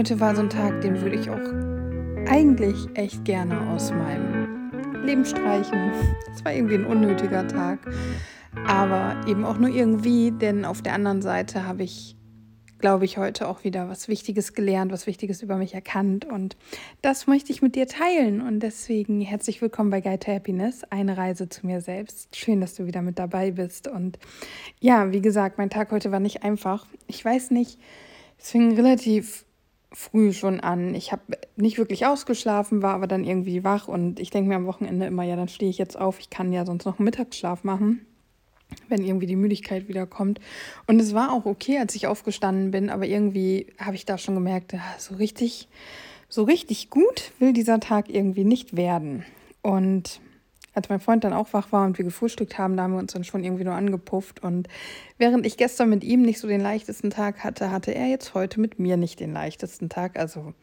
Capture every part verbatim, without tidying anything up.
Heute war so ein Tag, den würde ich auch eigentlich echt gerne aus meinem Leben streichen. Es war irgendwie ein unnötiger Tag, aber eben auch nur irgendwie, denn auf der anderen Seite habe ich, glaube ich, heute auch wieder was Wichtiges gelernt, was Wichtiges über mich erkannt und das möchte ich mit dir teilen und deswegen herzlich willkommen bei Guide to Happiness, eine Reise zu mir selbst. Schön, dass du wieder mit dabei bist und ja, wie gesagt, mein Tag heute war nicht einfach. Ich weiß nicht, es fing relativ früh schon an. Ich habe nicht wirklich ausgeschlafen, war aber dann irgendwie wach und ich denke mir am Wochenende immer, ja, dann stehe ich jetzt auf. Ich kann ja sonst noch einen Mittagsschlaf machen, wenn irgendwie die Müdigkeit wieder kommt. Und es war auch okay, als ich aufgestanden bin, aber irgendwie habe ich da schon gemerkt, ja, so richtig, so richtig gut will dieser Tag irgendwie nicht werden. Und als mein Freund dann auch wach war und wir gefrühstückt haben, da haben wir uns dann schon irgendwie nur angepufft. Und während ich gestern mit ihm nicht so den leichtesten Tag hatte, hatte er jetzt heute mit mir nicht den leichtesten Tag. Also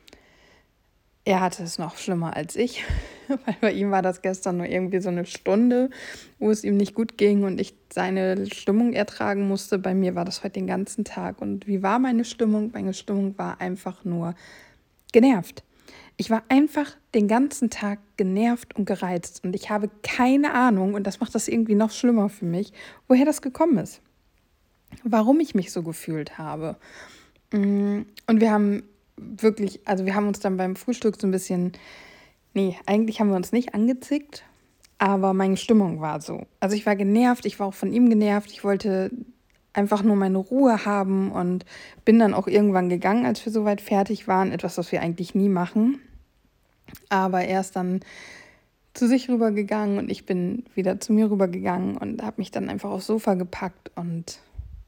er hatte es noch schlimmer als ich, weil bei ihm war das gestern nur irgendwie so eine Stunde, wo es ihm nicht gut ging und ich seine Stimmung ertragen musste. Bei mir war das heute den ganzen Tag. Und wie war meine Stimmung? Meine Stimmung war einfach nur genervt. Ich war einfach den ganzen Tag genervt und gereizt und ich habe keine Ahnung, und das macht das irgendwie noch schlimmer für mich, woher das gekommen ist, warum ich mich so gefühlt habe. Und wir haben wirklich, also wir haben uns dann beim Frühstück so ein bisschen, nee, eigentlich haben wir uns nicht angezickt, aber meine Stimmung war so. Also ich war genervt, ich war auch von ihm genervt, ich wollte einfach nur meine Ruhe haben und bin dann auch irgendwann gegangen, als wir soweit fertig waren, etwas, was wir eigentlich nie machen. Aber er ist dann zu sich rübergegangen und ich bin wieder zu mir rübergegangen und habe mich dann einfach aufs Sofa gepackt und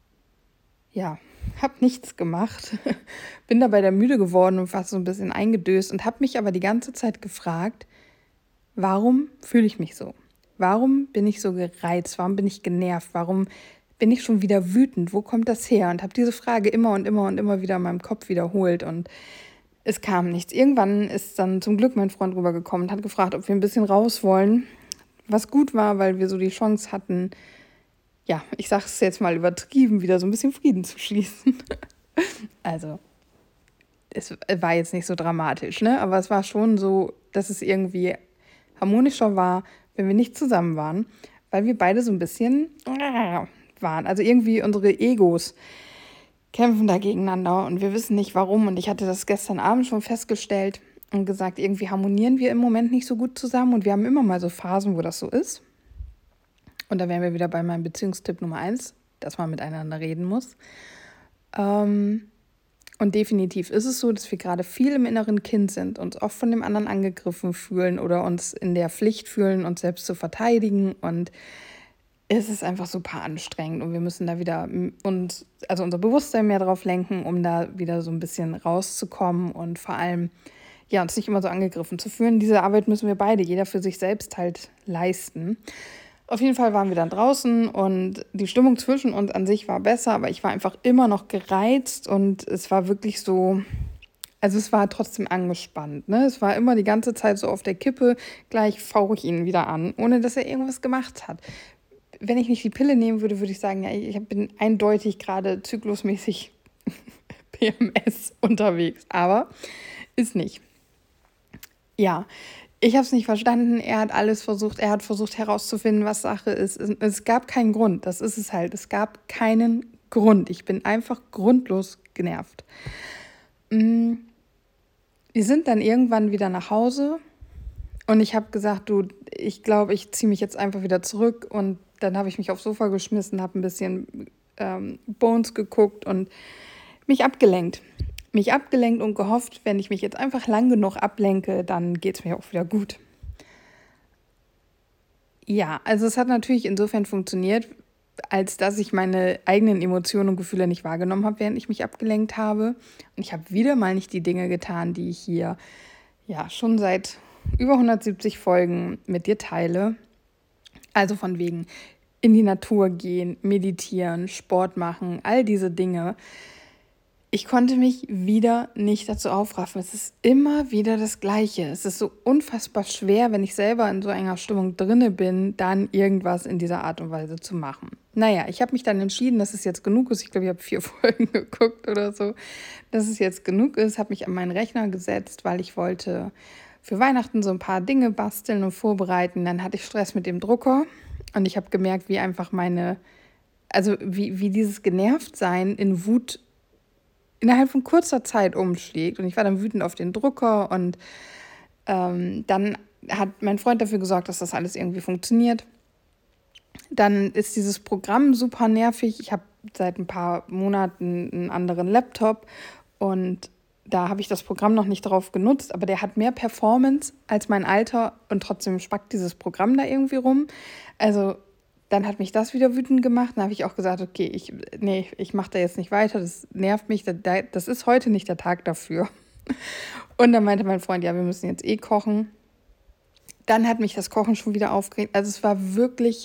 ja, habe nichts gemacht. Bin dabei da müde geworden und war so ein bisschen eingedöst und habe mich aber die ganze Zeit gefragt, warum fühle ich mich so? Warum bin ich so gereizt? Warum bin ich genervt? Warum bin ich schon wieder wütend? Wo kommt das her? Und habe diese Frage immer und immer und immer wieder in meinem Kopf wiederholt und es kam nichts. Irgendwann ist dann zum Glück mein Freund rübergekommen und hat gefragt, ob wir ein bisschen raus wollen. Was gut war, weil wir so die Chance hatten, ja, ich sage es jetzt mal übertrieben, wieder so ein bisschen Frieden zu schließen. Also, es war jetzt nicht so dramatisch, ne? Aber es war schon so, dass es irgendwie harmonischer war, wenn wir nicht zusammen waren, weil wir beide so ein bisschen waren. Also irgendwie unsere Egos kämpfen da gegeneinander und wir wissen nicht warum. Und ich hatte das gestern Abend schon festgestellt und gesagt, irgendwie harmonieren wir im Moment nicht so gut zusammen und wir haben immer mal so Phasen, wo das so ist. Und da wären wir wieder bei meinem Beziehungstipp Nummer eins, dass man miteinander reden muss. Ähm, und definitiv ist es so, dass wir gerade viel im inneren Kind sind, uns oft von dem anderen angegriffen fühlen oder uns in der Pflicht fühlen, uns selbst zu verteidigen und es ist einfach super anstrengend und wir müssen da wieder uns, also unser Bewusstsein mehr drauf lenken, um da wieder so ein bisschen rauszukommen und vor allem, ja, uns nicht immer so angegriffen zu fühlen. Diese Arbeit müssen wir beide, jeder für sich selbst halt leisten. Auf jeden Fall waren wir dann draußen und die Stimmung zwischen uns an sich war besser, aber ich war einfach immer noch gereizt und es war wirklich so, also es war trotzdem angespannt, ne? Es war immer die ganze Zeit so auf der Kippe, gleich fauche ich ihn wieder an, ohne dass er irgendwas gemacht hat. Wenn ich nicht die Pille nehmen würde, würde ich sagen, ja, ich bin eindeutig gerade zyklusmäßig P M S unterwegs, aber ist nicht. Ja, ich habe es nicht verstanden, er hat alles versucht, er hat versucht herauszufinden, was Sache ist. Es, es gab keinen Grund, das ist es halt, es gab keinen Grund. Ich bin einfach grundlos genervt. Wir sind dann irgendwann wieder nach Hause und ich habe gesagt, du, ich glaube, ich ziehe mich jetzt einfach wieder zurück und dann habe ich mich aufs Sofa geschmissen, habe ein bisschen ähm, Bones geguckt und mich abgelenkt. Mich abgelenkt und gehofft, wenn ich mich jetzt einfach lang genug ablenke, dann geht es mir auch wieder gut. Ja, also es hat natürlich insofern funktioniert, als dass ich meine eigenen Emotionen und Gefühle nicht wahrgenommen habe, während ich mich abgelenkt habe. Und ich habe wieder mal nicht die Dinge getan, die ich hier ja schon seit über hundertsiebzig Folgen mit dir teile. Also von wegen in die Natur gehen, meditieren, Sport machen, all diese Dinge. Ich konnte mich wieder nicht dazu aufraffen. Es ist immer wieder das Gleiche. Es ist so unfassbar schwer, wenn ich selber in so einer Stimmung drinne bin, dann irgendwas in dieser Art und Weise zu machen. Naja, ich habe mich dann entschieden, dass es jetzt genug ist. Ich glaube, ich habe vier Folgen geguckt oder so. Dass es jetzt genug ist, habe mich an meinen Rechner gesetzt, weil ich wollte für Weihnachten so ein paar Dinge basteln und vorbereiten. Dann hatte ich Stress mit dem Drucker und ich habe gemerkt, wie einfach meine, also wie, wie dieses Genervtsein in Wut innerhalb von kurzer Zeit umschlägt. Und ich war dann wütend auf den Drucker und ähm, dann hat mein Freund dafür gesorgt, dass das alles irgendwie funktioniert. Dann ist dieses Programm super nervig. Ich habe seit ein paar Monaten einen anderen Laptop und da habe ich das Programm noch nicht drauf genutzt, aber der hat mehr Performance als mein alter und trotzdem spackt dieses Programm da irgendwie rum. Also dann hat mich das wieder wütend gemacht. Dann habe ich auch gesagt, okay, ich, nee, ich mache da jetzt nicht weiter, das nervt mich, das ist heute nicht der Tag dafür. Und dann meinte mein Freund, ja, wir müssen jetzt eh kochen. Dann hat mich das Kochen schon wieder aufgeregt. Also es war wirklich,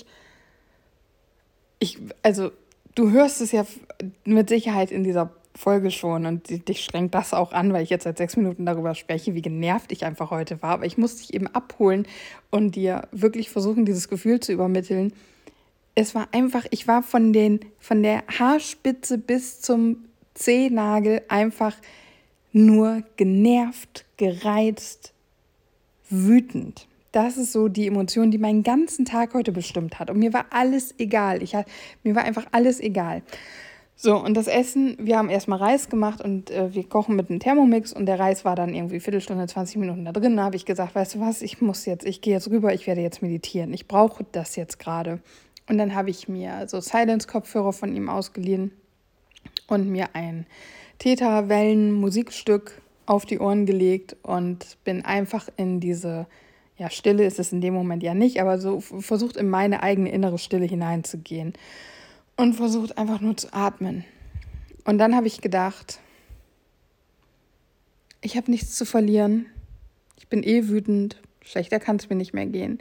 ich, also du hörst es ja mit Sicherheit in dieser Folge schon und dich strengt das auch an, weil ich jetzt seit sechs Minuten darüber spreche, wie genervt ich einfach heute war. Aber ich musste dich eben abholen und dir wirklich versuchen, dieses Gefühl zu übermitteln. Es war einfach, ich war von, den, von der Haarspitze bis zum Zehennagel einfach nur genervt, gereizt, wütend. Das ist so die Emotion, die meinen ganzen Tag heute bestimmt hat. Und mir war alles egal. Ich, mir war einfach alles egal. So, und das Essen, wir haben erstmal Reis gemacht und äh, wir kochen mit einem Thermomix und der Reis war dann irgendwie Viertelstunde, zwanzig Minuten da drin. Da habe ich gesagt, weißt du was, ich muss jetzt, ich gehe jetzt rüber, ich werde jetzt meditieren. Ich brauche das jetzt gerade. Und dann habe ich mir so Silence-Kopfhörer von ihm ausgeliehen und mir ein Theta-Wellen-Musikstück auf die Ohren gelegt und bin einfach in diese, ja, Stille ist es in dem Moment ja nicht, aber so versucht in meine eigene innere Stille hineinzugehen und versucht einfach nur zu atmen. Und dann habe ich gedacht, ich habe nichts zu verlieren, ich bin eh wütend, schlechter kann es mir nicht mehr gehen.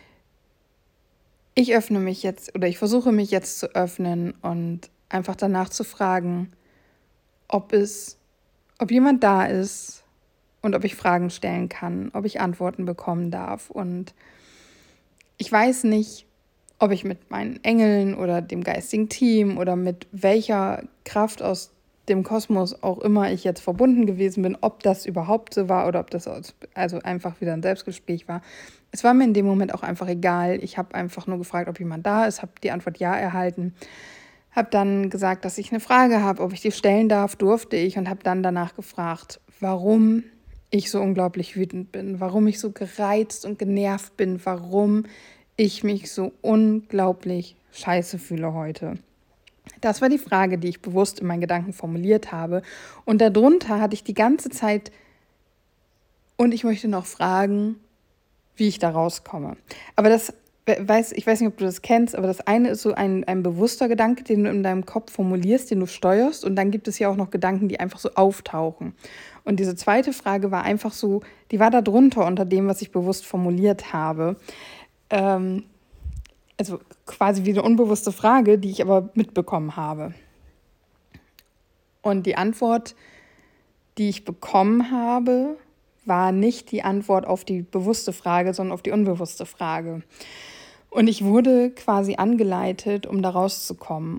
Ich öffne mich jetzt oder ich versuche mich jetzt zu öffnen und einfach danach zu fragen, ob es, ob jemand da ist und ob ich Fragen stellen kann, ob ich Antworten bekommen darf. Und ich weiß nicht, ob ich mit meinen Engeln oder dem geistigen Team oder mit welcher Kraft aus dem Kosmos auch immer ich jetzt verbunden gewesen bin, ob das überhaupt so war oder ob das also einfach wieder ein Selbstgespräch war. Es war mir in dem Moment auch einfach egal. Ich habe einfach nur gefragt, ob jemand da ist, habe die Antwort ja erhalten, habe dann gesagt, dass ich eine Frage habe, ob ich die stellen darf, durfte ich und habe dann danach gefragt, warum ich so unglaublich wütend bin, warum ich so gereizt und genervt bin, warum ich mich so unglaublich scheiße fühle heute. Das war die Frage, die ich bewusst in meinen Gedanken formuliert habe. Und darunter hatte ich die ganze Zeit, und ich möchte noch fragen, wie ich da rauskomme. Aber das, weiß, ich weiß nicht, ob du das kennst, aber das eine ist so ein, ein bewusster Gedanke, den du in deinem Kopf formulierst, den du steuerst. Und dann gibt es ja auch noch Gedanken, die einfach so auftauchen. Und diese zweite Frage war einfach so, die war da drunter unter dem, was ich bewusst formuliert habe. Ähm, also quasi wie eine unbewusste Frage, die ich aber mitbekommen habe. Und die Antwort, die ich bekommen habe, war nicht die Antwort auf die bewusste Frage, sondern auf die unbewusste Frage. Und ich wurde quasi angeleitet, um da rauszukommen.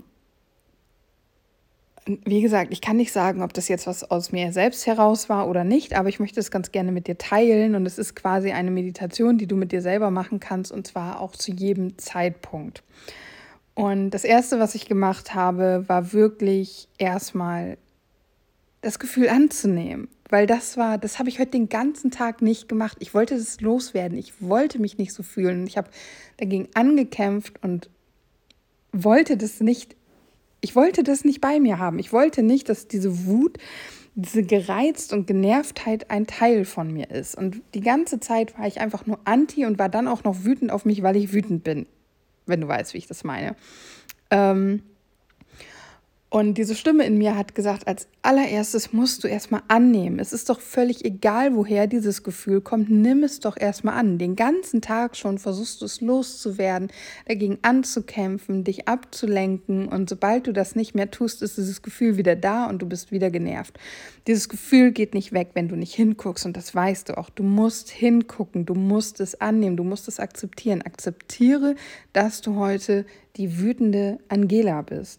Wie gesagt, ich kann nicht sagen, ob das jetzt was aus mir selbst heraus war oder nicht, aber ich möchte es ganz gerne mit dir teilen. Und es ist quasi eine Meditation, die du mit dir selber machen kannst, und zwar auch zu jedem Zeitpunkt. Und das Erste, was ich gemacht habe, war wirklich erstmal das Gefühl anzunehmen. Weil das war, das habe ich heute den ganzen Tag nicht gemacht. Ich wollte das loswerden. Ich wollte mich nicht so fühlen. Ich habe dagegen angekämpft und wollte das nicht, ich wollte das nicht bei mir haben. Ich wollte nicht, dass diese Wut, diese Gereizt und Genervtheit ein Teil von mir ist. Und die ganze Zeit war ich einfach nur anti und war dann auch noch wütend auf mich, weil ich wütend bin. Wenn du weißt, wie ich das meine. Ähm, Und diese Stimme in mir hat gesagt, als allererstes musst du erstmal annehmen. Es ist doch völlig egal, woher dieses Gefühl kommt. Nimm es doch erstmal an. Den ganzen Tag schon versuchst du es loszuwerden, dagegen anzukämpfen, dich abzulenken. Und sobald du das nicht mehr tust, ist dieses Gefühl wieder da und du bist wieder genervt. Dieses Gefühl geht nicht weg, wenn du nicht hinguckst. Und das weißt du auch. Du musst hingucken, du musst es annehmen, du musst es akzeptieren. Akzeptiere, dass du heute die wütende Angela bist.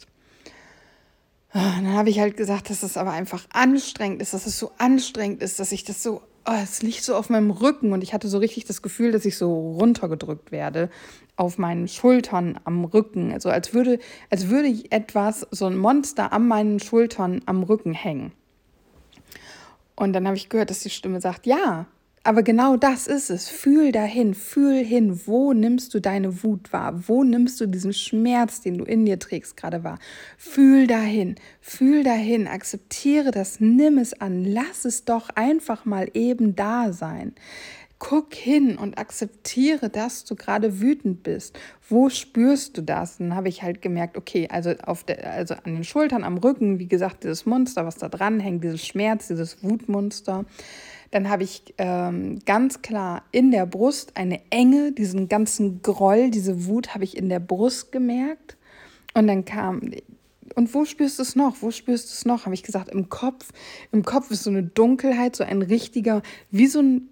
Dann habe ich halt gesagt, dass es aber einfach anstrengend ist, dass es so anstrengend ist, dass ich das so, oh, es liegt so auf meinem Rücken und ich hatte so richtig das Gefühl, dass ich so runtergedrückt werde auf meinen Schultern, am Rücken, also als würde, als würde etwas, so ein Monster an meinen Schultern am Rücken hängen. Und dann habe ich gehört, dass die Stimme sagt, ja, aber genau das ist es. Fühl dahin, fühl hin. Wo nimmst du deine Wut wahr? Wo nimmst du diesen Schmerz, den du in dir trägst, gerade wahr? Fühl dahin, fühl dahin, akzeptiere das, nimm es an, lass es doch einfach mal eben da sein. Guck hin und akzeptiere, dass du gerade wütend bist. Wo spürst du das? Dann habe ich halt gemerkt, okay, also, auf der, also an den Schultern, am Rücken, wie gesagt, dieses Monster, was da dran hängt, dieses Schmerz, dieses Wutmonster. Dann habe ich ähm, ganz klar in der Brust eine Enge, diesen ganzen Groll, diese Wut habe ich in der Brust gemerkt. Und dann kam, und wo spürst du es noch? Wo spürst du es noch? Habe ich gesagt, im Kopf. Im Kopf ist so eine Dunkelheit, so ein richtiger, wie so ein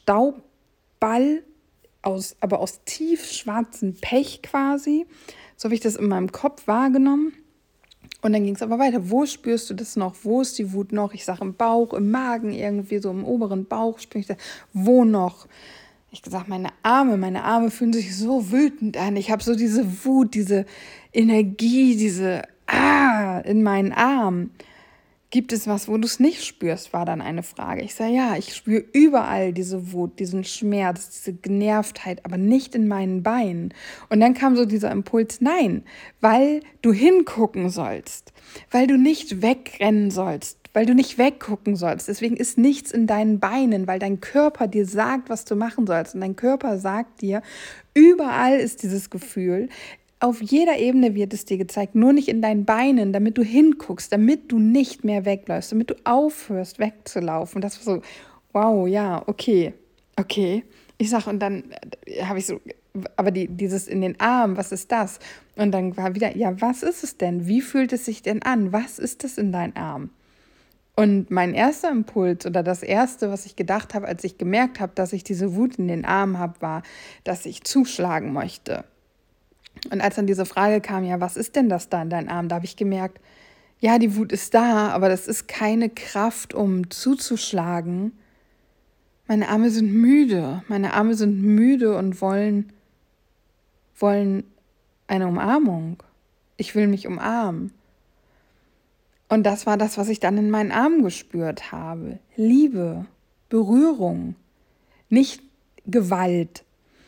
Staubball, aus, aber aus tiefschwarzem Pech quasi. So habe ich das in meinem Kopf wahrgenommen. Und dann ging es aber weiter. Wo spürst du das noch? Wo ist die Wut noch? Ich sage im Bauch, im Magen, irgendwie so im oberen Bauch spüre ich das. Wo noch? Ich gesagt, meine Arme, meine Arme fühlen sich so wütend an. Ich habe so diese Wut, diese Energie, diese Ah in meinen Armen. Gibt es was, wo du es nicht spürst, war dann eine Frage. Ich sage, ja, ich spüre überall diese Wut, diesen Schmerz, diese Genervtheit, aber nicht in meinen Beinen. Und dann kam so dieser Impuls, nein, weil du hingucken sollst, weil du nicht wegrennen sollst, weil du nicht weggucken sollst. Deswegen ist nichts in deinen Beinen, weil dein Körper dir sagt, was du machen sollst. Und dein Körper sagt dir, überall ist dieses Gefühl. Auf jeder Ebene wird es dir gezeigt, nur nicht in deinen Beinen, damit du hinguckst, damit du nicht mehr wegläufst, damit du aufhörst wegzulaufen. Das war so, wow, ja, okay, okay. Ich sage, und dann habe ich so, aber die, dieses in den Arm, was ist das? Und dann war wieder, ja, was ist es denn? Wie fühlt es sich denn an? Was ist das in deinen Arm? Und mein erster Impuls oder das Erste, was ich gedacht habe, als ich gemerkt habe, dass ich diese Wut in den Armen habe, war, dass ich zuschlagen möchte. Und als dann diese Frage kam, ja, was ist denn das da in deinem Arm? Da habe ich gemerkt, ja, die Wut ist da, aber das ist keine Kraft, um zuzuschlagen. Meine Arme sind müde. Meine Arme sind müde und wollen, wollen eine Umarmung. Ich will mich umarmen. Und das war das, was ich dann in meinen Armen gespürt habe. Liebe, Berührung, nicht Gewalt.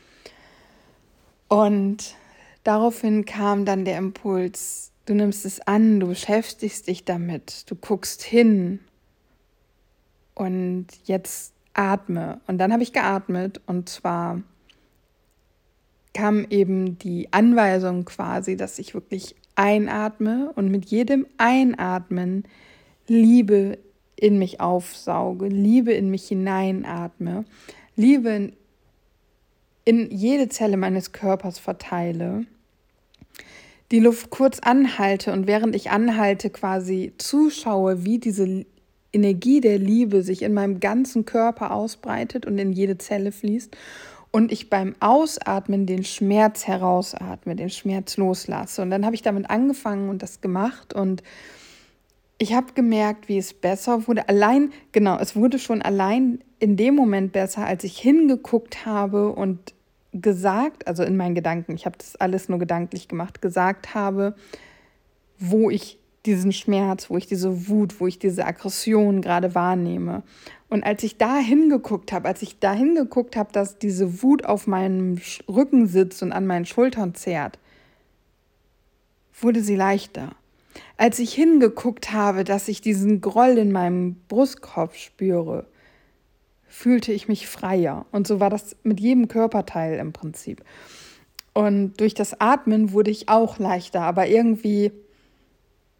Und daraufhin kam dann der Impuls, du nimmst es an, du beschäftigst dich damit, du guckst hin und jetzt atme. Und dann habe ich geatmet und zwar kam eben die Anweisung quasi, dass ich wirklich einatme und mit jedem Einatmen Liebe in mich aufsauge, Liebe in mich hineinatme, Liebe in, in jede Zelle meines Körpers verteile, die Luft kurz anhalte und während ich anhalte quasi zuschaue, wie diese Energie der Liebe sich in meinem ganzen Körper ausbreitet und in jede Zelle fließt und ich beim Ausatmen den Schmerz herausatme, den Schmerz loslasse. Und dann habe ich damit angefangen und das gemacht und ich habe gemerkt, wie es besser wurde. Allein, genau, es wurde schon allein in dem Moment besser, als ich hingeguckt habe und gesagt, also in meinen Gedanken, ich habe das alles nur gedanklich gemacht, gesagt habe, wo ich diesen Schmerz, wo ich diese Wut, wo ich diese Aggression gerade wahrnehme. Und als ich da hingeguckt habe, als ich da hingeguckt habe, dass diese Wut auf meinem Rücken sitzt und an meinen Schultern zerrt, wurde sie leichter. Als ich hingeguckt habe, dass ich diesen Groll in meinem Brustkorb spüre, fühlte ich mich freier. Und so war das mit jedem Körperteil im Prinzip. Und durch das Atmen wurde ich auch leichter, aber irgendwie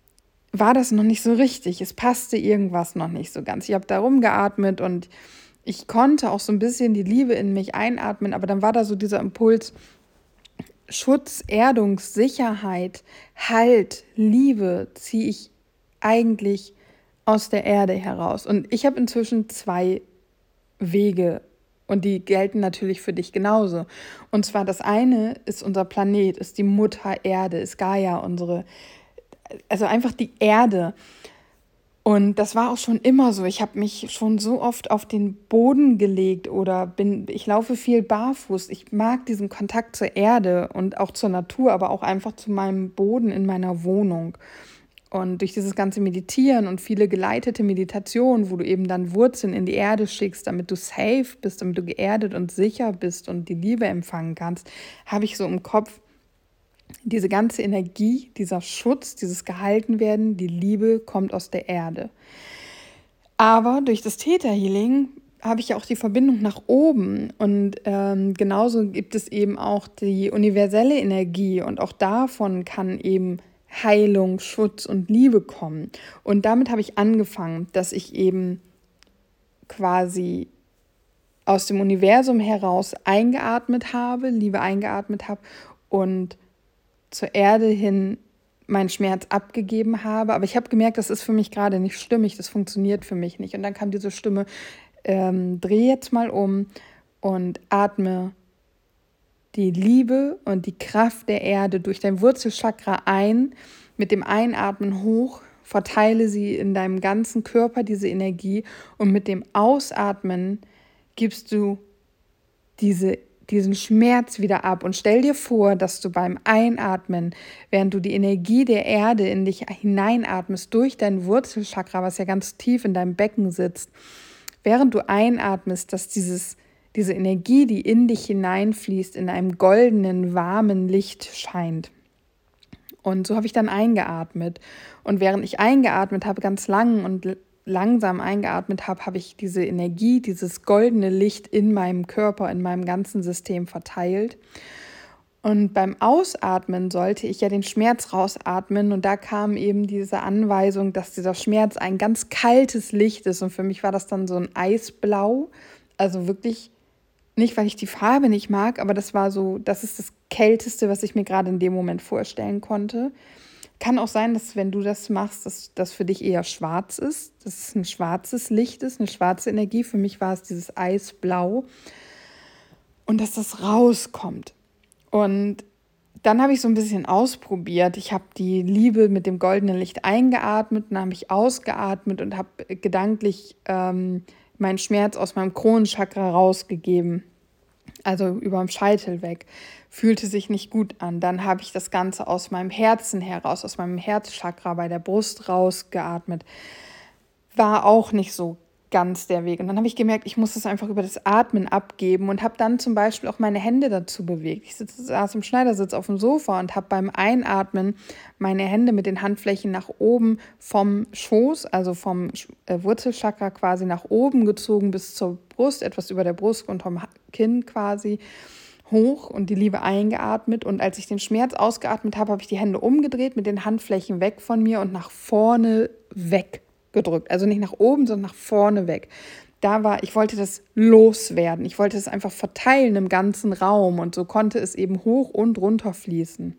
war das noch nicht so richtig. Es passte irgendwas noch nicht so ganz. Ich habe da rumgeatmet und ich konnte auch so ein bisschen die Liebe in mich einatmen, aber dann war da so dieser Impuls, Schutz, Erdung, Sicherheit, Halt, Liebe ziehe ich eigentlich aus der Erde heraus. Und ich habe inzwischen zwei Wege und die gelten natürlich für dich genauso. Und zwar das eine ist unser Planet, ist die Mutter Erde, ist Gaia, unsere, also einfach die Erde. Und das war auch schon immer so. Ich habe mich schon so oft auf den Boden gelegt oder bin, ich laufe viel barfuß. Ich mag diesen Kontakt zur Erde und auch zur Natur, aber auch einfach zu meinem Boden in meiner Wohnung. Und durch dieses ganze Meditieren und viele geleitete Meditationen, wo du eben dann Wurzeln in die Erde schickst, damit du safe bist, damit du geerdet und sicher bist und die Liebe empfangen kannst, habe ich so im Kopf, diese ganze Energie, dieser Schutz, dieses Gehaltenwerden, die Liebe kommt aus der Erde. Aber durch das Theta Healing habe ich ja auch die Verbindung nach oben und ähm, genauso gibt es eben auch die universelle Energie und auch davon kann eben Heilung, Schutz und Liebe kommen. Und damit habe ich angefangen, dass ich eben quasi aus dem Universum heraus eingeatmet habe, Liebe eingeatmet habe und zur Erde hin meinen Schmerz abgegeben habe. Aber ich habe gemerkt, das ist für mich gerade nicht stimmig, das funktioniert für mich nicht. Und dann kam diese Stimme, ähm, dreh jetzt mal um und atme die Liebe und die Kraft der Erde durch dein Wurzelchakra ein, mit dem Einatmen hoch, verteile sie in deinem ganzen Körper, diese Energie, und mit dem Ausatmen gibst du diese diesen Schmerz wieder ab und stell dir vor, dass du beim Einatmen, während du die Energie der Erde in dich hineinatmest, durch dein Wurzelchakra, was ja ganz tief in deinem Becken sitzt, während du einatmest, dass dieses, diese Energie, die in dich hineinfließt, in einem goldenen, warmen Licht scheint. Und so habe ich dann eingeatmet. Und während ich eingeatmet habe, ganz lang und langsam eingeatmet habe, habe ich diese Energie, dieses goldene Licht in meinem Körper, in meinem ganzen System verteilt. Und beim Ausatmen sollte ich ja den Schmerz rausatmen und da kam eben diese Anweisung, dass dieser Schmerz ein ganz kaltes Licht ist und für mich war das dann so ein Eisblau, also wirklich nicht, weil ich die Farbe nicht mag, aber das war so, das ist das Kälteste, was ich mir gerade in dem Moment vorstellen konnte. Kann auch sein, dass wenn du das machst, dass das für dich eher schwarz ist, dass es ein schwarzes Licht ist, eine schwarze Energie. Für mich war es dieses Eisblau und dass das rauskommt. Und dann habe ich so ein bisschen ausprobiert. Ich habe die Liebe mit dem goldenen Licht eingeatmet, dann habe ich ausgeatmet und habe gedanklich ähm, meinen Schmerz aus meinem Kronenchakra rausgegeben. Also über dem Scheitel weg. Fühlte sich nicht gut an. Dann habe ich das Ganze aus meinem Herzen heraus, aus meinem Herzchakra bei der Brust rausgeatmet. War auch nicht so ganz der Weg. Und dann habe ich gemerkt, ich muss das einfach über das Atmen abgeben und habe dann zum Beispiel auch meine Hände dazu bewegt. Ich sitz, saß im Schneidersitz auf dem Sofa und habe beim Einatmen meine Hände mit den Handflächen nach oben vom Schoß, also vom äh, Wurzelchakra quasi nach oben gezogen bis zur Brust, etwas über der Brust und vom Kinn quasi hoch und die Liebe eingeatmet. Und als ich den Schmerz ausgeatmet habe, habe ich die Hände umgedreht, mit den Handflächen weg von mir und nach vorne weg gedrückt. Also nicht nach oben, sondern nach vorne weg. Da war, ich wollte das loswerden. Ich wollte es einfach verteilen im ganzen Raum und so konnte es eben hoch und runter fließen.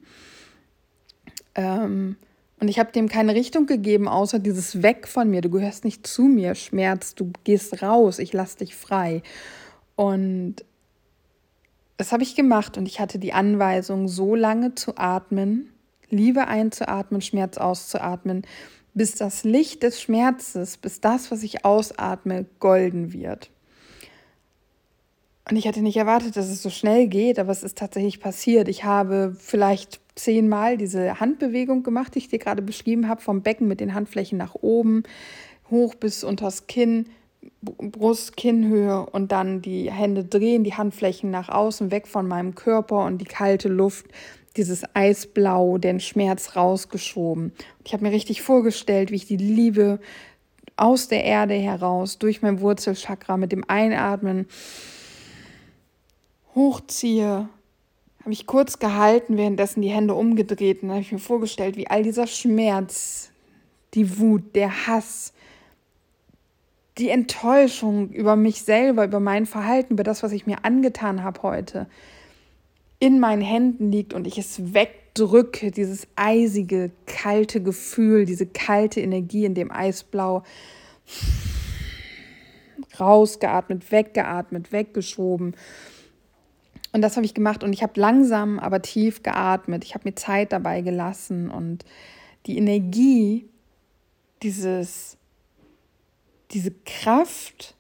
Ähm, und ich habe dem keine Richtung gegeben, außer dieses Weg von mir. Du gehörst nicht zu mir, Schmerz. Du gehst raus, ich lasse dich frei. Und das habe ich gemacht und ich hatte die Anweisung, so lange zu atmen, Liebe einzuatmen, Schmerz auszuatmen, bis das Licht des Schmerzes, bis das, was ich ausatme, golden wird. Und ich hatte nicht erwartet, dass es so schnell geht, aber es ist tatsächlich passiert. Ich habe vielleicht zehnmal diese Handbewegung gemacht, die ich dir gerade beschrieben habe, vom Becken mit den Handflächen nach oben, hoch bis unters Kinn, Brust, Kinnhöhe und dann die Hände drehen, die Handflächen nach außen, weg von meinem Körper und die kalte Luft, dieses Eisblau, den Schmerz rausgeschoben. Und ich habe mir richtig vorgestellt, wie ich die Liebe aus der Erde heraus, durch mein Wurzelchakra mit dem Einatmen hochziehe. Habe ich kurz gehalten, währenddessen die Hände umgedreht und dann habe ich mir vorgestellt, wie all dieser Schmerz die Wut, der Hass, die Enttäuschung über mich selber, über mein Verhalten, über das, was ich mir angetan habe heute, in meinen Händen liegt und ich es wegdrücke, dieses eisige, kalte Gefühl, diese kalte Energie in dem Eisblau, rausgeatmet, weggeatmet, weggeschoben. Und das habe ich gemacht und ich habe langsam, aber tief geatmet. Ich habe mir Zeit dabei gelassen und die Energie, dieses, diese Kraft,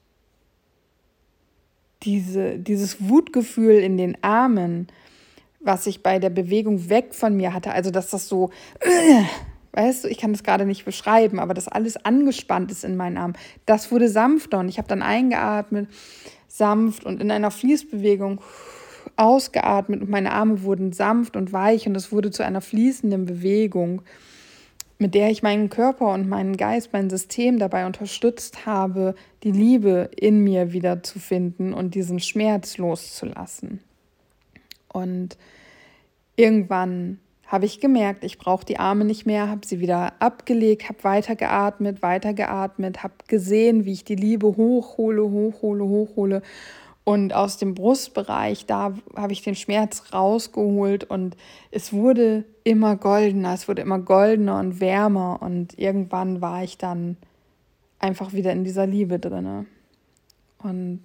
diese, dieses Wutgefühl in den Armen, was ich bei der Bewegung weg von mir hatte, also dass das so, äh, weißt du, ich kann das gerade nicht beschreiben, aber dass alles angespannt ist in meinen Armen, das wurde sanfter und ich habe dann eingeatmet, sanft und in einer Fließbewegung ausgeatmet und meine Arme wurden sanft und weich und es wurde zu einer fließenden Bewegung, mit der ich meinen Körper und meinen Geist, mein System dabei unterstützt habe, die Liebe in mir wieder zu finden und diesen Schmerz loszulassen. Und irgendwann habe ich gemerkt, ich brauche die Arme nicht mehr, habe sie wieder abgelegt, habe weitergeatmet, weitergeatmet, habe gesehen, wie ich die Liebe hochhole, hochhole, hochhole. Und aus dem Brustbereich, da habe ich den Schmerz rausgeholt und es wurde immer goldener, es wurde immer goldener und wärmer. Und irgendwann war ich dann einfach wieder in dieser Liebe drin. Und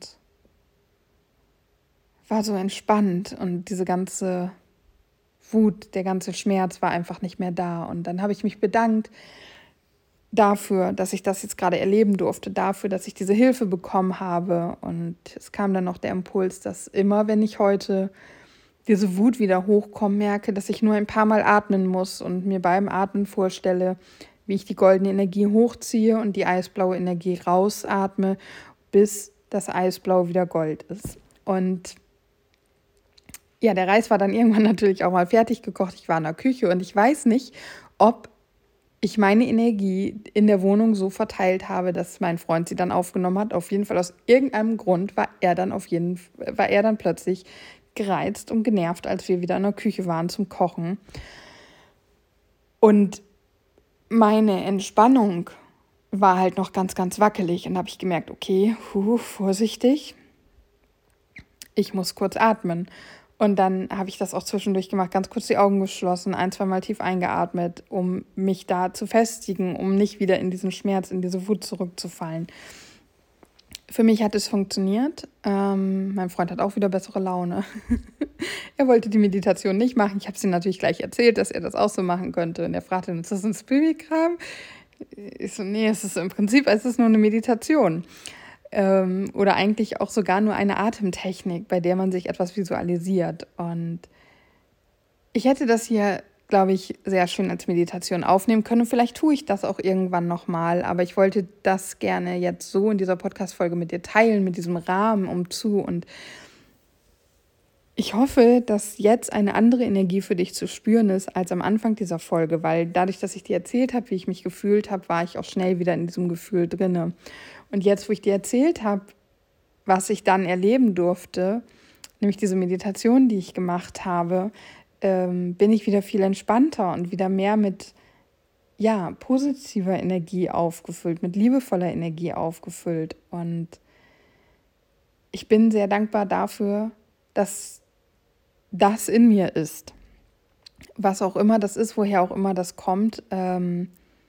war so entspannt und diese ganze Wut, der ganze Schmerz war einfach nicht mehr da. Und dann habe ich mich bedankt dafür, dass ich das jetzt gerade erleben durfte, dafür, dass ich diese Hilfe bekommen habe. Und es kam dann noch der Impuls, dass immer, wenn ich heute diese Wut wieder hochkommt, merke, dass ich nur ein paar Mal atmen muss und mir beim Atmen vorstelle, wie ich die goldene Energie hochziehe und die eisblaue Energie rausatme, bis das Eisblau wieder Gold ist. Und ja, der Reis war dann irgendwann natürlich auch mal fertig gekocht. Ich war in der Küche und ich weiß nicht, ob ich meine Energie in der Wohnung so verteilt habe, dass mein Freund sie dann aufgenommen hat. Auf jeden Fall aus irgendeinem Grund war er dann auf jeden war er dann plötzlich gereizt und genervt, als wir wieder in der Küche waren zum Kochen. Und meine Entspannung war halt noch ganz, ganz wackelig. Und da habe ich gemerkt, okay, hu, vorsichtig, ich muss kurz atmen. Und dann habe ich das auch zwischendurch gemacht, ganz kurz die Augen geschlossen, ein, zwei Mal tief eingeatmet, um mich da zu festigen, um nicht wieder in diesen Schmerz, in diese Wut zurückzufallen. Für mich hat es funktioniert. Ähm, mein Freund hat auch wieder bessere Laune. Er wollte die Meditation nicht machen. Ich habe es ihm natürlich gleich erzählt, dass er das auch so machen könnte. Und er fragte, ist das ein Spirit-Kram? Ich so, nee, es ist im Prinzip, es ist nur eine Meditation. Ähm, oder eigentlich auch sogar nur eine Atemtechnik, bei der man sich etwas visualisiert. Und ich hätte das hier, glaube ich, sehr schön als Meditation aufnehmen können. Vielleicht tue ich das auch irgendwann nochmal, aber ich wollte das gerne jetzt so in dieser Podcast-Folge mit dir teilen, mit diesem Rahmen umzu. Und ich hoffe, dass jetzt eine andere Energie für dich zu spüren ist als am Anfang dieser Folge, weil dadurch, dass ich dir erzählt habe, wie ich mich gefühlt habe, war ich auch schnell wieder in diesem Gefühl drinne. Und jetzt, wo ich dir erzählt habe, was ich dann erleben durfte, nämlich diese Meditation, die ich gemacht habe, ähm, bin ich wieder viel entspannter und wieder mehr mit ja, positiver Energie aufgefüllt, mit liebevoller Energie aufgefüllt. Und ich bin sehr dankbar dafür, dass das in mir ist. Was auch immer das ist, woher auch immer das kommt. Ähm,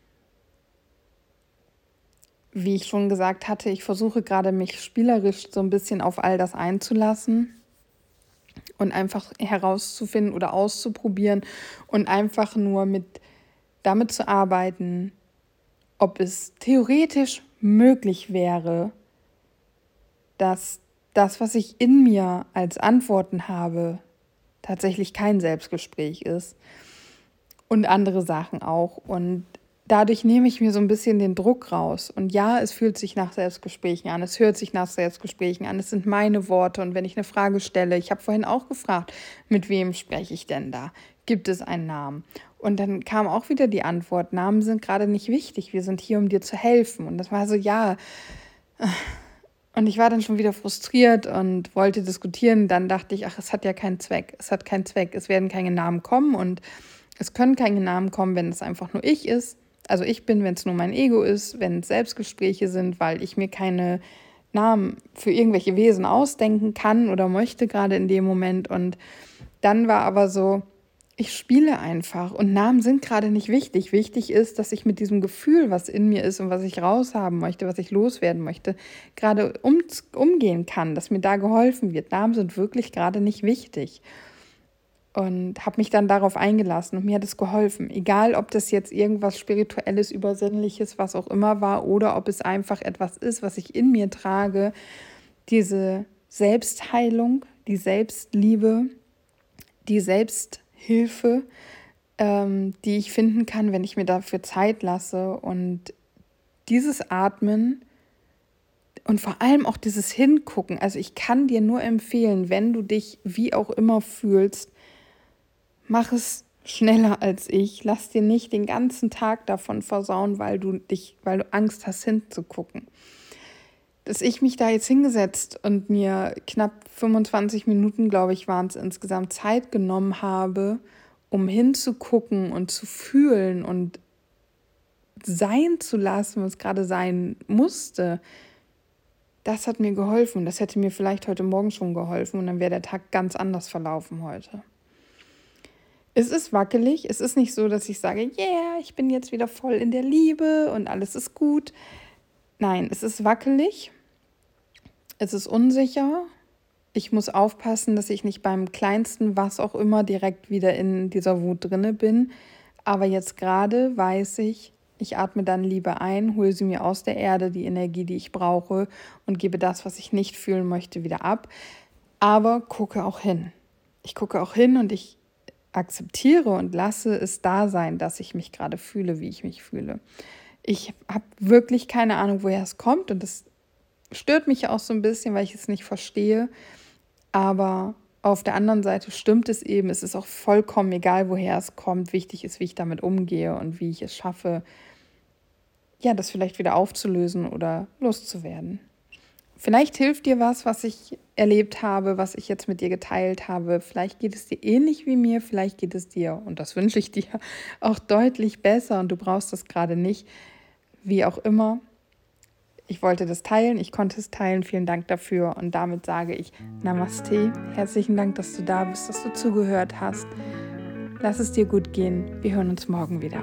wie ich schon gesagt hatte, ich versuche gerade mich spielerisch so ein bisschen auf all das einzulassen und einfach herauszufinden oder auszuprobieren und einfach nur mit damit zu arbeiten, ob es theoretisch möglich wäre, dass das, was ich in mir als Antworten habe, tatsächlich kein Selbstgespräch ist und andere Sachen auch. Und dadurch nehme ich mir so ein bisschen den Druck raus. Und ja, es fühlt sich nach Selbstgesprächen an, es hört sich nach Selbstgesprächen an, es sind meine Worte. Und wenn ich eine Frage stelle, ich habe vorhin auch gefragt, mit wem spreche ich denn da? Gibt es einen Namen? Und dann kam auch wieder die Antwort, Namen sind gerade nicht wichtig, wir sind hier, um dir zu helfen. Und das war so, ja. Und ich war dann schon wieder frustriert und wollte diskutieren. Dann dachte ich, ach, es hat ja keinen Zweck. Es hat keinen Zweck. Es werden keine Namen kommen und es können keine Namen kommen, wenn es einfach nur ich ist. Also ich bin, wenn es nur mein Ego ist, wenn es Selbstgespräche sind, weil ich mir keine Namen für irgendwelche Wesen ausdenken kann oder möchte gerade in dem Moment. Und dann war aber so, ich spiele einfach und Namen sind gerade nicht wichtig. Wichtig ist, dass ich mit diesem Gefühl, was in mir ist und was ich raushaben möchte, was ich loswerden möchte, gerade um, umgehen kann, dass mir da geholfen wird. Namen sind wirklich gerade nicht wichtig. Und habe mich dann darauf eingelassen und mir hat es geholfen. Egal, ob das jetzt irgendwas Spirituelles, Übersinnliches, was auch immer war, oder ob es einfach etwas ist, was ich in mir trage. Diese Selbstheilung, die Selbstliebe, die Selbsthilfe, ähm, die ich finden kann, wenn ich mir dafür Zeit lasse. Und dieses Atmen und vor allem auch dieses Hingucken. Also ich kann dir nur empfehlen, wenn du dich wie auch immer fühlst, mach es schneller als ich. Lass dir nicht den ganzen Tag davon versauen, weil du dich, weil du Angst hast, hinzugucken. Dass ich mich da jetzt hingesetzt und mir knapp fünfundzwanzig Minuten, glaube ich, waren es insgesamt Zeit genommen habe, um hinzugucken und zu fühlen und sein zu lassen, was gerade sein musste, das hat mir geholfen. Das hätte mir vielleicht heute Morgen schon geholfen und dann wäre der Tag ganz anders verlaufen heute. Es ist wackelig. Es ist nicht so, dass ich sage, yeah, ich bin jetzt wieder voll in der Liebe und alles ist gut. Nein, es ist wackelig. Es ist unsicher. Ich muss aufpassen, dass ich nicht beim kleinsten was auch immer direkt wieder in dieser Wut drinne bin. Aber jetzt gerade weiß ich, ich atme dann Liebe ein, hole sie mir aus der Erde, die Energie, die ich brauche, und gebe das, was ich nicht fühlen möchte, wieder ab. Aber gucke auch hin. Ich gucke auch hin und ich akzeptiere und lasse es da sein, dass ich mich gerade fühle, wie ich mich fühle. Ich habe wirklich keine Ahnung, woher es kommt und das stört mich auch so ein bisschen, weil ich es nicht verstehe. Aber auf der anderen Seite stimmt es eben, es ist auch vollkommen egal, woher es kommt. Wichtig ist, wie ich damit umgehe und wie ich es schaffe, ja, das vielleicht wieder aufzulösen oder loszuwerden. Vielleicht hilft dir was, was ich erlebt habe, was ich jetzt mit dir geteilt habe. Vielleicht geht es dir ähnlich wie mir, vielleicht geht es dir, und das wünsche ich dir, auch deutlich besser und du brauchst das gerade nicht. Wie auch immer, ich wollte das teilen, ich konnte es teilen. Vielen Dank dafür und damit sage ich Namaste. Herzlichen Dank, dass du da bist, dass du zugehört hast. Lass es dir gut gehen. Wir hören uns morgen wieder.